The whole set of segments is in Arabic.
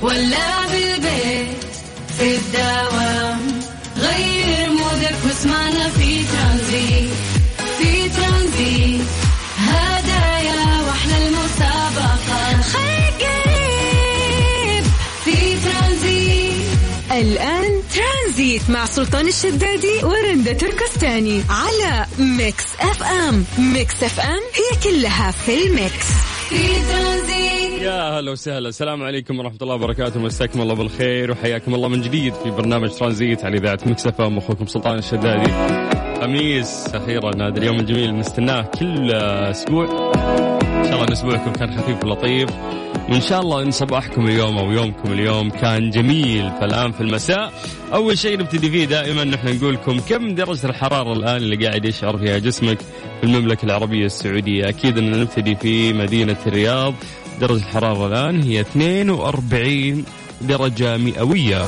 ولا بالبيت في الدوام، غير مودك واسمعنا في ترانزيت. في ترانزيت هدايا واحلى المسابقة، خليك قريب في ترانزيت. الآن ترانزيت مع سلطان الشدادي ورندا تركستاني على ميكس اف ام. ميكس اف ام هي كلها في الميكس. في ترانزيت. يا هلا وسهلا، السلام عليكم ورحمة الله وبركاته، مساكم الله بالخير وحياكم الله من جديد في برنامج ترانزيت على إذاعة ميكس اف ام. أخوكم سلطان الشدادي. خميس أخيرا، هذا اليوم الجميل نستناه كل أسبوع. إن شاء الله أن أسبوعكم كان خفيف ولطيف، وإن شاء الله إن صباحكم اليوم أو يومكم اليوم كان جميل. فالآن في المساء أول شيء نبتدي فيه دائما نحن نقول لكم كم درجة الحرارة الآن اللي قاعد يشعر فيها جسمك في المملكة العربية السعودية. أكيد أننا نبتدي في مدينة الرياض، درجة الحرارة الآن هي 42 درجة مئوية.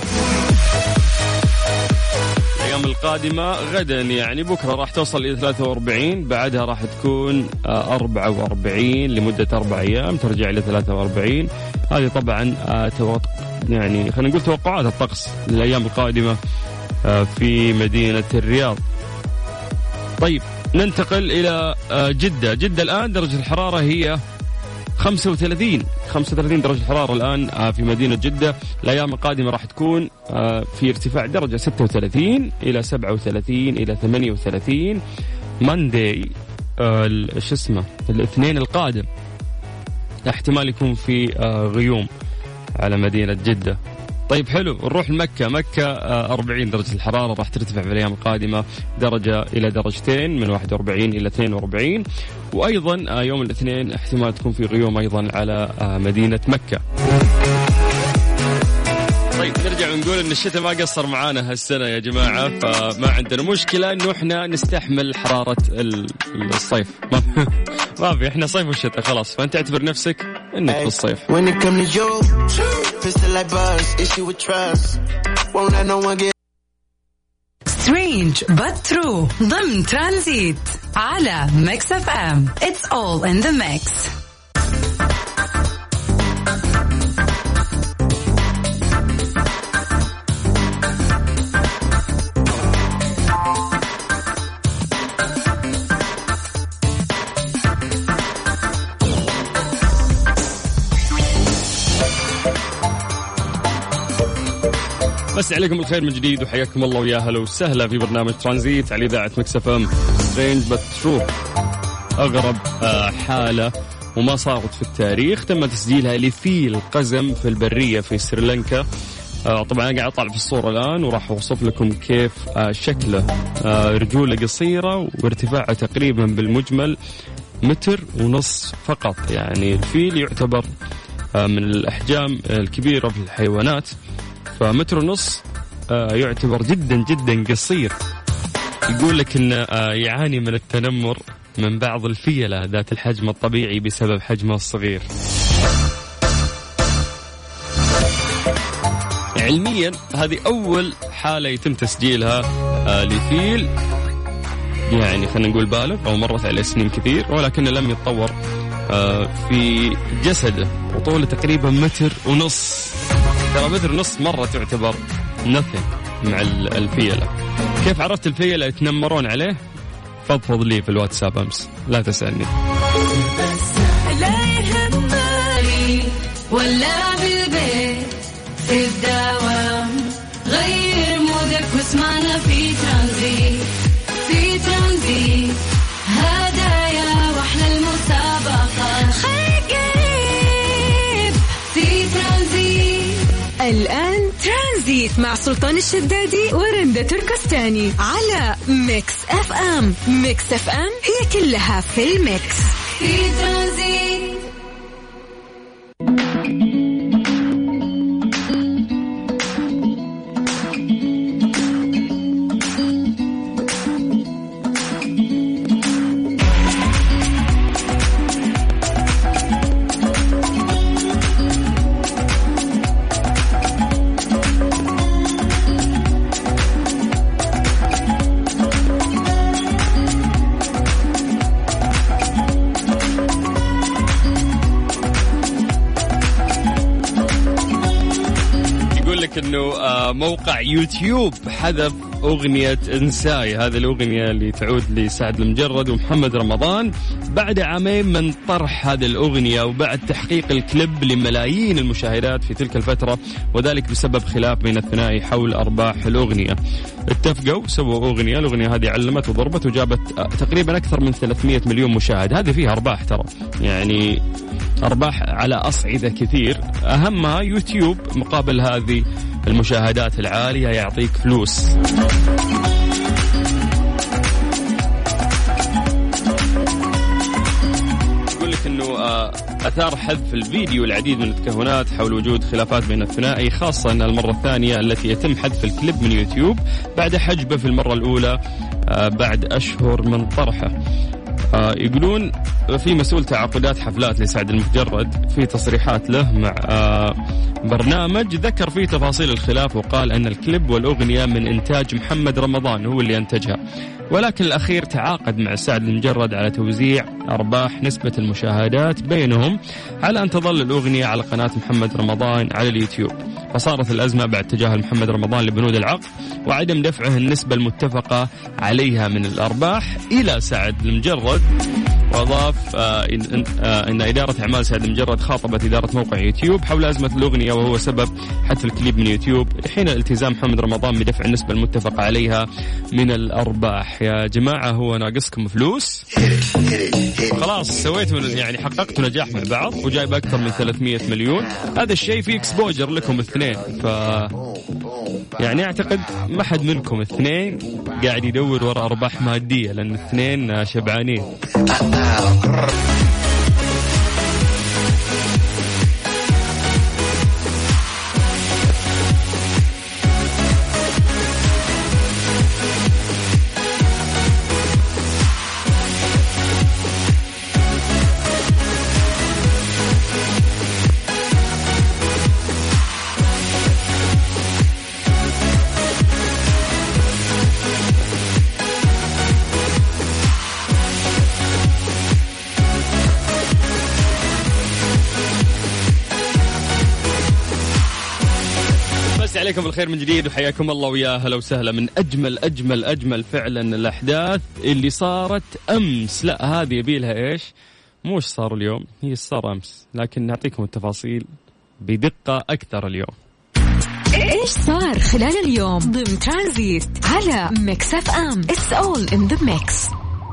الأيام القادمة غدا يعني بكرة راح توصل إلى 43، بعدها راح تكون 44 لمدة 4 أيام، ترجع إلى 43. هذه طبعا يعني خلينا نقول توقعات الطقس للأيام القادمة في مدينة الرياض. طيب ننتقل إلى جدة. جدة الآن درجة الحرارة هي 35 درجة الحرارة الآن في مدينة جدة. الأيام القادمة راح تكون في ارتفاع درجة 36 إلى 37 إلى 38. ماندي الاثنين القادم احتمال يكون في غيوم على مدينة جدة. طيب حلو، نروح لمكة. مكة 40 درجة الحرارة راح ترتفع في الأيام القادمة درجة إلى درجتين، من 41 إلى 42. وأيضا يوم الاثنين احتمال تكون في غيوم أيضا على مدينة مكة. طيب نرجع ونقول إن الشتاء ما قصر معانا هالسنة يا جماعة، فما عندنا مشكلة إنه إحنا نستحمل حرارة الصيف. ما في، إحنا صيف والشتاء خلاص، فأنت اعتبر نفسك إنك في الصيف. Strange but true ضمن ترانزيت على ميكس اف ام. It's all in the mix. بس عليكم الخير من جديد وحياكم الله ويا هلا وسهلا في برنامج ترانزيت على إذاعة ميكس اف ام. Strange but true، أغرب حالة وما صارت في التاريخ تم تسجيلها لفيل قزم في البرية في سريلانكا. طبعا أنا قاعد أطلع في الصورة الآن وراح أوصف لكم كيف شكله. رجوله قصيرة وارتفاعه تقريبا بالمجمل 1.5 متر فقط. يعني الفيل يعتبر من الأحجام الكبيرة في الحيوانات، ف1.5 متر يعتبر جدا جدا قصير. يقول لك إنه يعاني من التنمر من بعض الفيلة ذات الحجم الطبيعي بسبب حجمه الصغير. علميا هذه أول حالة يتم تسجيلها لفيل يعني خلينا نقول بالغ أو مرت عليه سنين كثير، ولكنه لم يتطور في جسده، وطوله تقريبا 1.5 متر. ترى 1.5 متر مرة تعتبر nothing مع الفيلة. كيف عرفت الفيلة يتنمرون عليه؟ فضفض لي في الواتساب أمس، لا تسألني. لا يهمني ولا بالبيت في الدوام، غير مودك واسمعنا في ترانزيت. في ترانزيت هدايا واحلى المسابقة، خليك قريب في ترانزيت. الآن ترانزيت مع سلطان الشدادي ورندا تركستاني على ميكس اف ام. ميكس اف ام هي كلها في الميكس. في ترانزيت. لك انه موقع يوتيوب حذف اغنية انساي، هذه الاغنية اللي تعود لسعد المجرد ومحمد رمضان بعد عامين من طرح هذه الاغنية وبعد تحقيق الكليب لملايين المشاهدات في تلك الفترة، وذلك بسبب خلاف بين الثنائي حول ارباح الاغنية. اتفقوا سووا اغنية، الاغنية هذه علمت وضربت وجابت تقريبا اكثر من 300 مليون مشاهد. هذه فيها ارباح ترى، يعني ارباح على اصعدة كثير، اهمها يوتيوب مقابل هذه المشاهدات العالية يعطيك فلوس. يقول لك انه اثار حذف الفيديو العديد من التكهنات حول وجود خلافات بين الثنائي، خاصة ان المرة الثانية التي يتم حذف الكليب من يوتيوب بعد حجبه في المرة الاولى بعد اشهر من طرحه. يقولون في مسؤول تعاقدات حفلات لسعد المجرد في تصريحات له مع برنامج ذكر فيه تفاصيل الخلاف، وقال أن الكليب والأغنية من إنتاج محمد رمضان هو اللي أنتجها، ولكن الأخير تعاقد مع سعد المجرد على توزيع أرباح نسبة المشاهدات بينهم على أن تظل الأغنية على قناة محمد رمضان على اليوتيوب. فصارت الأزمة بعد تجاهل محمد رمضان لبنود العقد وعدم دفعه النسبة المتفقة عليها من الأرباح إلى سعد المجرد. وأضاف إن إدارة أعمال سعد المجرد خاطبت إدارة موقع يوتيوب حول أزمة الأغنية وهو سبب حذف الكليب من يوتيوب حين التزام محمد رمضان بدفع النسبة المتفقة عليها من الأرباح. يا جماعة هو ناقصكم فلوس؟ خلاص سويتوا يعني حققتوا نجاح مع بعض وجايب أكثر من 300 مليون. هذا الشيء فيه اكسبوجر لكم الاثنين، يعني أعتقد ما حد منكم الاثنين قاعد يدور وراء أرباح مادية، لأن الاثنين شبعانين. عليكم بالخير من جديد وحياكم الله ويا هلا وسهلا من أجمل فعلا الأحداث اللي صارت أمس. لا هذه يبيلها إيش؟ موش صار اليوم، هي صار أمس، لكن نعطيكم التفاصيل بدقة أكثر اليوم. إيش صار خلال اليوم ضمن ترانزيت على ميكس اف ام. It's all in the mix.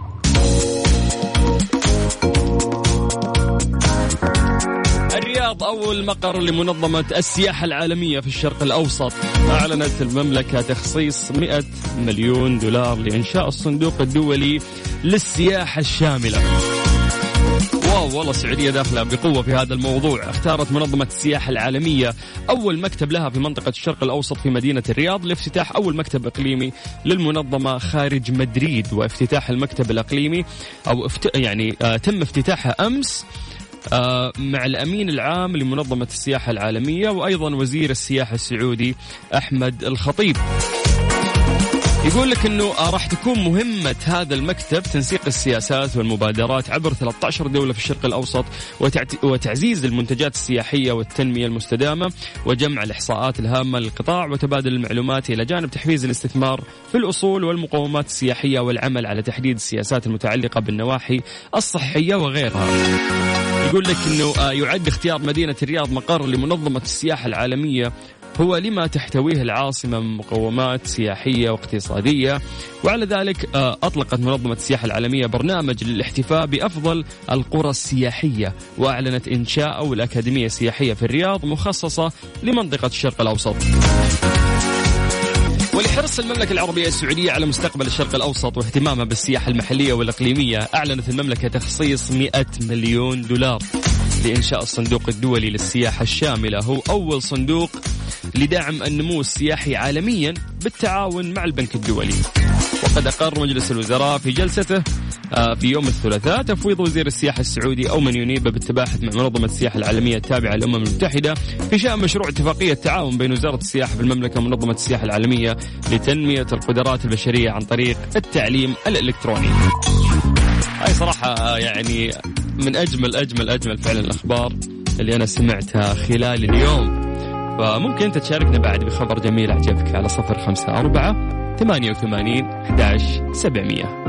الرياض أول مقر لمنظمة السياحة العالمية في الشرق الأوسط. أعلنت المملكة تخصيص 100 مليون دولار لإنشاء الصندوق الدولي للسياحة الشاملة. واو والله السعودية داخلة بقوة في هذا الموضوع. اختارت منظمة السياحة العالمية أول مكتب لها في منطقة الشرق الأوسط في مدينة الرياض لافتتاح أول مكتب إقليمي للمنظمة خارج مدريد. وافتتاح المكتب الإقليمي تم افتتاحها أمس مع الأمين العام لمنظمة السياحة العالمية وأيضا وزير السياحة السعودي أحمد الخطيب. يقول لك أنه راح تكون مهمة هذا المكتب تنسيق السياسات والمبادرات عبر 13 دولة في الشرق الأوسط وتعزيز المنتجات السياحية والتنمية المستدامة وجمع الإحصاءات الهامة للقطاع وتبادل المعلومات إلى جانب تحفيز الاستثمار في الأصول والمقومات السياحية والعمل على تحديد السياسات المتعلقة بالنواحي الصحية وغيرها. يقول لك أنه يعد اختيار مدينة الرياض مقر لمنظمة السياحة العالمية هو لما تحتويه العاصمة من مقومات سياحية واقتصادية. وعلى ذلك أطلقت منظمة السياحة العالمية برنامج للاحتفاء بأفضل القرى السياحية، وأعلنت إنشاء الأكاديمية السياحية في الرياض مخصصة لمنطقة الشرق الأوسط. ولحرص المملكة العربية السعودية على مستقبل الشرق الأوسط واهتمامها بالسياحة المحلية والإقليمية، أعلنت المملكة تخصيص 100 مليون دولار لإنشاء الصندوق الدولي للسياحة الشاملة. هو أول صندوق لدعم النمو السياحي عالميا بالتعاون مع البنك الدولي. وقد أقر مجلس الوزراء في جلسته في يوم الثلاثاء تفويض وزير السياحة السعودي أو من ينيبه بالتباحث مع منظمة السياحة العالمية التابعة للأمم المتحدة في شأن مشروع اتفاقية تعاون بين وزارة السياحة في المملكة ومنظمة السياحة العالمية لتنمية القدرات البشرية عن طريق التعليم الإلكتروني. هاي صراحة يعني من أجمل فعلا الأخبار اللي أنا سمعتها خلال اليوم. فممكن أنت تشاركنا بعد بخبر جميل أعجبك على 0548811700.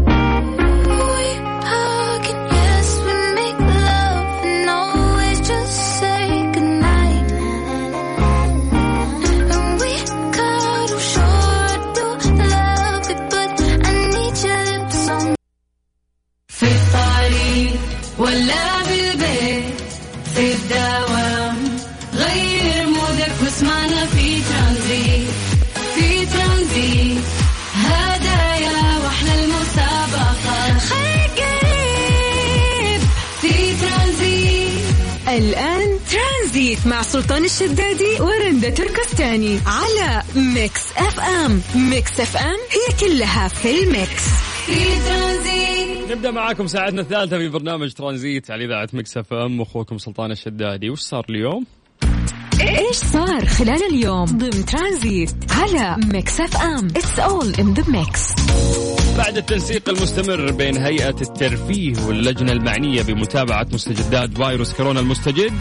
ولا بالبيت في الدوام غير مودك واسمعنا في ترانزيت. في ترانزيت هدايا واحلى المسابقة خير قريب في ترانزيت. الآن ترانزيت مع سلطان الشدادي ورندا تركستاني على ميكس اف ام. ميكس اف ام هي كلها في الميكس. في ترانزيت نبدأ معاكم ساعتنا الثالثة في برنامج ترانزيت على إذاعة ميكس اف ام. أخوكم سلطان الشدادي. وش صار اليوم؟ إيش صار خلال اليوم ضمن ترانزيت على ميكس اف ام. It's all in the mix. بعد التنسيق المستمر بين هيئة الترفيه واللجنة المعنية بمتابعة مستجدات فيروس كورونا المستجد،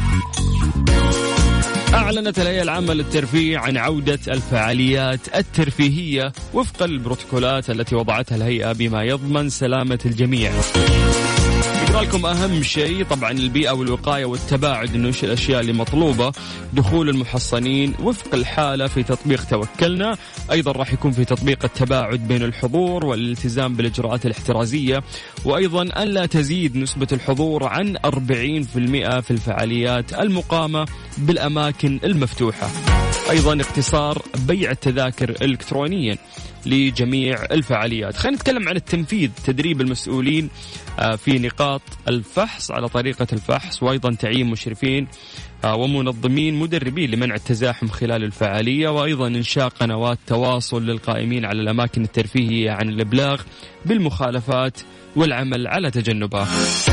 أعلنت الهيئة العامة للترفيه عن عودة الفعاليات الترفيهية وفق البروتوكولات التي وضعتها الهيئة بما يضمن سلامة الجميع. نقرأ لكم أهم شيء. طبعا البيئة والوقاية والتباعد إنه إيش الأشياء اللي مطلوبة. دخول المحصنين وفق الحالة في تطبيق توكلنا. أيضا راح يكون في تطبيق التباعد بين الحضور والالتزام بالإجراءات الاحترازية. وأيضا أن لا تزيد نسبة الحضور عن 40% في الفعاليات المقامة بالأماكن المفتوحة. أيضا اقتصار بيع التذاكر إلكترونيا لجميع الفعاليات. خلينا نتكلم عن التنفيذ. تدريب المسؤولين في نقاط الفحص على طريقة الفحص، وأيضا تعيين مشرفين ومنظمين مدربين لمنع التزاحم خلال الفعالية، وأيضا إنشاء قنوات تواصل للقائمين على الأماكن الترفيهية عن الإبلاغ بالمخالفات والعمل على تجنبها.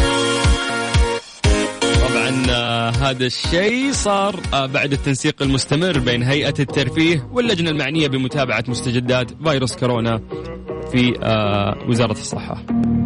طبعا هذا الشيء صار بعد التنسيق المستمر بين هيئة الترفيه واللجنة المعنية بمتابعة مستجدات فيروس كورونا في وزارة الصحة.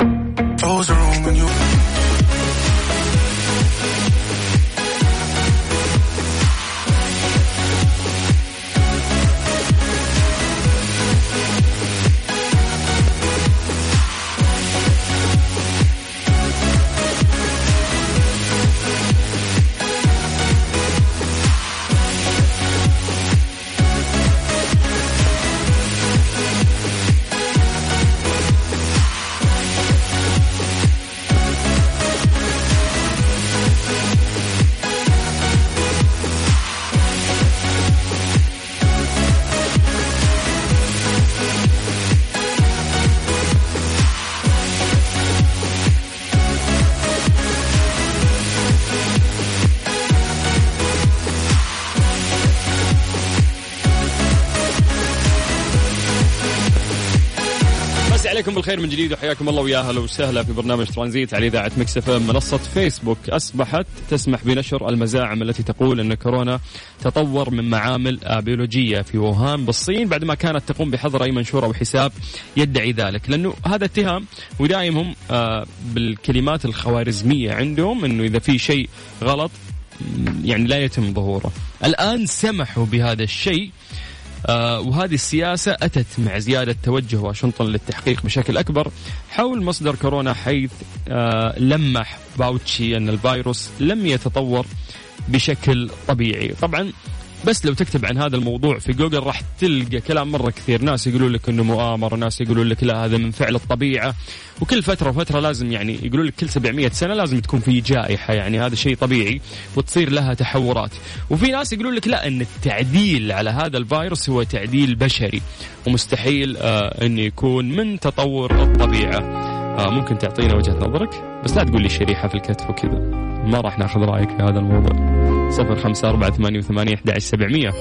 عليكم بالخير من جديد وحياكم الله ويا اهلا وسهلا في برنامج ترانزيت على إذاعة ميكس اف ام. منصة فيسبوك أصبحت تسمح بنشر المزاعم التي تقول أن كورونا تطور من معامل بيولوجية في ووهان بالصين بعد ما كانت تقوم بحظر أي منشور أو حساب يدعي ذلك، لأنه هذا اتهام ودائمهم بالكلمات الخوارزمية عندهم أنه إذا في شيء غلط يعني لا يتم ظهوره. الآن سمحوا بهذا الشيء، وهذه السياسة أتت مع زيادة توجه واشنطن للتحقيق بشكل أكبر حول مصدر كورونا، حيث لمح باوتشي أن الفيروس لم يتطور بشكل طبيعي. طبعا بس لو تكتب عن هذا الموضوع في جوجل راح تلقى كلام مرة كثير، ناس يقولون لك أنه مؤامرة، ناس يقولون لك لا هذا من فعل الطبيعة، وكل فترة وفترة لازم يعني يقولون لك كل 700 سنة لازم تكون في جائحة، يعني هذا شيء طبيعي وتصير لها تحورات. وفي ناس يقولون لك لا أن التعديل على هذا الفيروس هو تعديل بشري ومستحيل أن يكون من تطور الطبيعة. ممكن تعطينا وجهة نظرك بس لا تقول لي شريحة في الكتف وكذا، ما راح ناخذ رأيك في هذا الموضوع. 0548811700.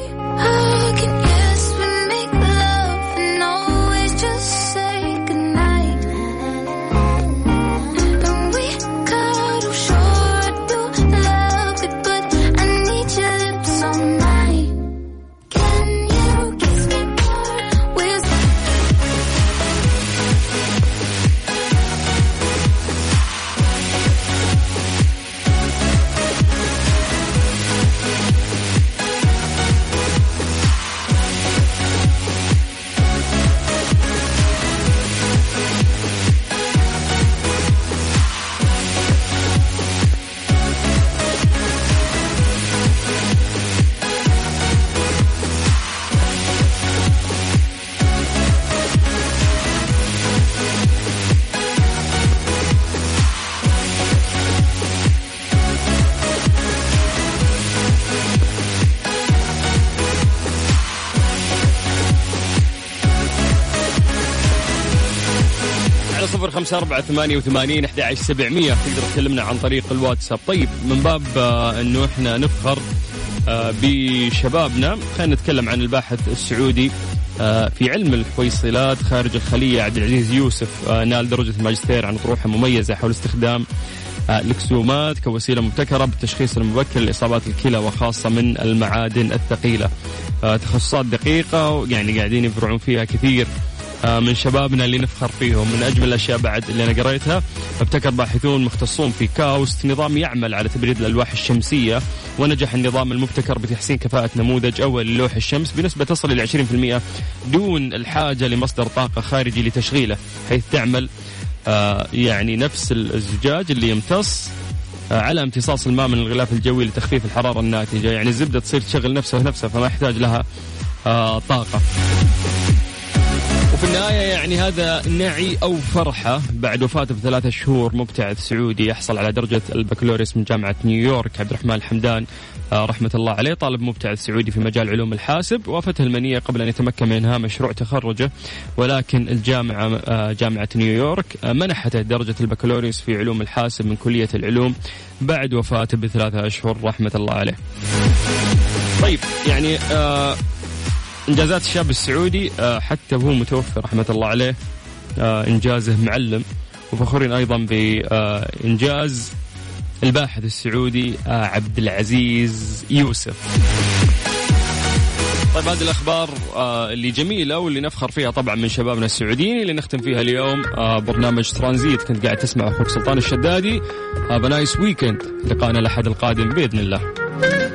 0548811700 تقدر تكلمنا عن طريق الواتساب. طيب من باب أنه إحنا نفخر بشبابنا، خلينا نتكلم عن الباحث السعودي في علم الحويصلات خارج الخلية عبد العزيز يوسف. نال درجة الماجستير عن طروحة مميزة حول استخدام الكسومات كوسيلة مبتكرة بالتشخيص المبكر لإصابات الكلى وخاصة من المعادن الثقيلة. تخصصات دقيقة يعني قاعدين يفرعون فيها كثير من شبابنا اللي نفخر فيهم. من أجمل الأشياء بعد اللي أنا قريتها، ابتكر باحثون مختصون في كاوست نظام يعمل على تبريد الألواح الشمسية، ونجح النظام المبتكر بتحسين كفاءة نموذج أول للوح الشمس بنسبة تصل إلى 20% دون الحاجة لمصدر طاقة خارجي لتشغيله، حيث تعمل يعني نفس الزجاج اللي يمتص على امتصاص الماء من الغلاف الجوي لتخفيف الحرارة الناتجة. يعني الزبدة تصير تشغل نفسها فما يحتاج لها طاقة. وفي النهاية يعني هذا نعي أو فرحة بعد وفاته ب3 شهور مبتعث سعودي يحصل على درجة البكالوريوس من جامعة نيويورك، عبد الرحمن الحمدان رحمة الله عليه، طالب مبتعث سعودي في مجال علوم الحاسب. وافته المنية قبل أن يتمكن من إنهاء مشروع تخرجه، ولكن الجامعة جامعة نيويورك منحته درجة البكالوريوس في علوم الحاسب من كلية العلوم بعد وفاته ب3 أشهر رحمة الله عليه. طيب يعني إنجازات الشاب السعودي حتى وهو متوفى رحمة الله عليه إنجازه معلم، وفخورين أيضا بإنجاز الباحث السعودي عبد العزيز يوسف. طيب هذه الأخبار اللي جميلة واللي نفخر فيها طبعا من شبابنا السعوديين اللي نختم فيها اليوم برنامج ترانزيت. كنت قاعد تسمع أخوك سلطان الشدادي. Have a nice weekend. لقاءنا الأحد القادم بإذن الله.